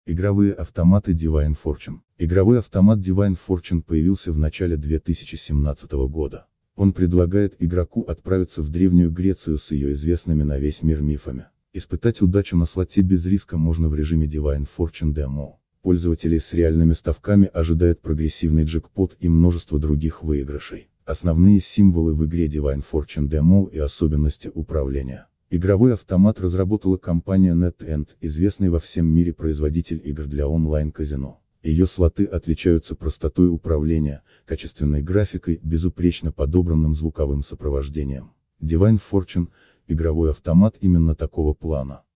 Игровые автоматы Divine Fortune. Игровой автомат Divine Fortune появился в начале 2017 года. Он предлагает игроку отправиться в Древнюю Грецию с ее известными на весь мир мифами. Испытать удачу на слоте без риска можно в режиме Divine Fortune Demo. Пользователей с реальными ставками ожидает прогрессивный джекпот и множество других выигрышей. Основные символы в игре Divine Fortune Demo и особенности управления. Игровой автомат разработала компания NetEnt, известный во всем мире производитель игр для онлайн-казино. Ее слоты отличаются простотой управления, качественной графикой, безупречно подобранным звуковым сопровождением. Divine Fortune – игровой автомат именно такого плана.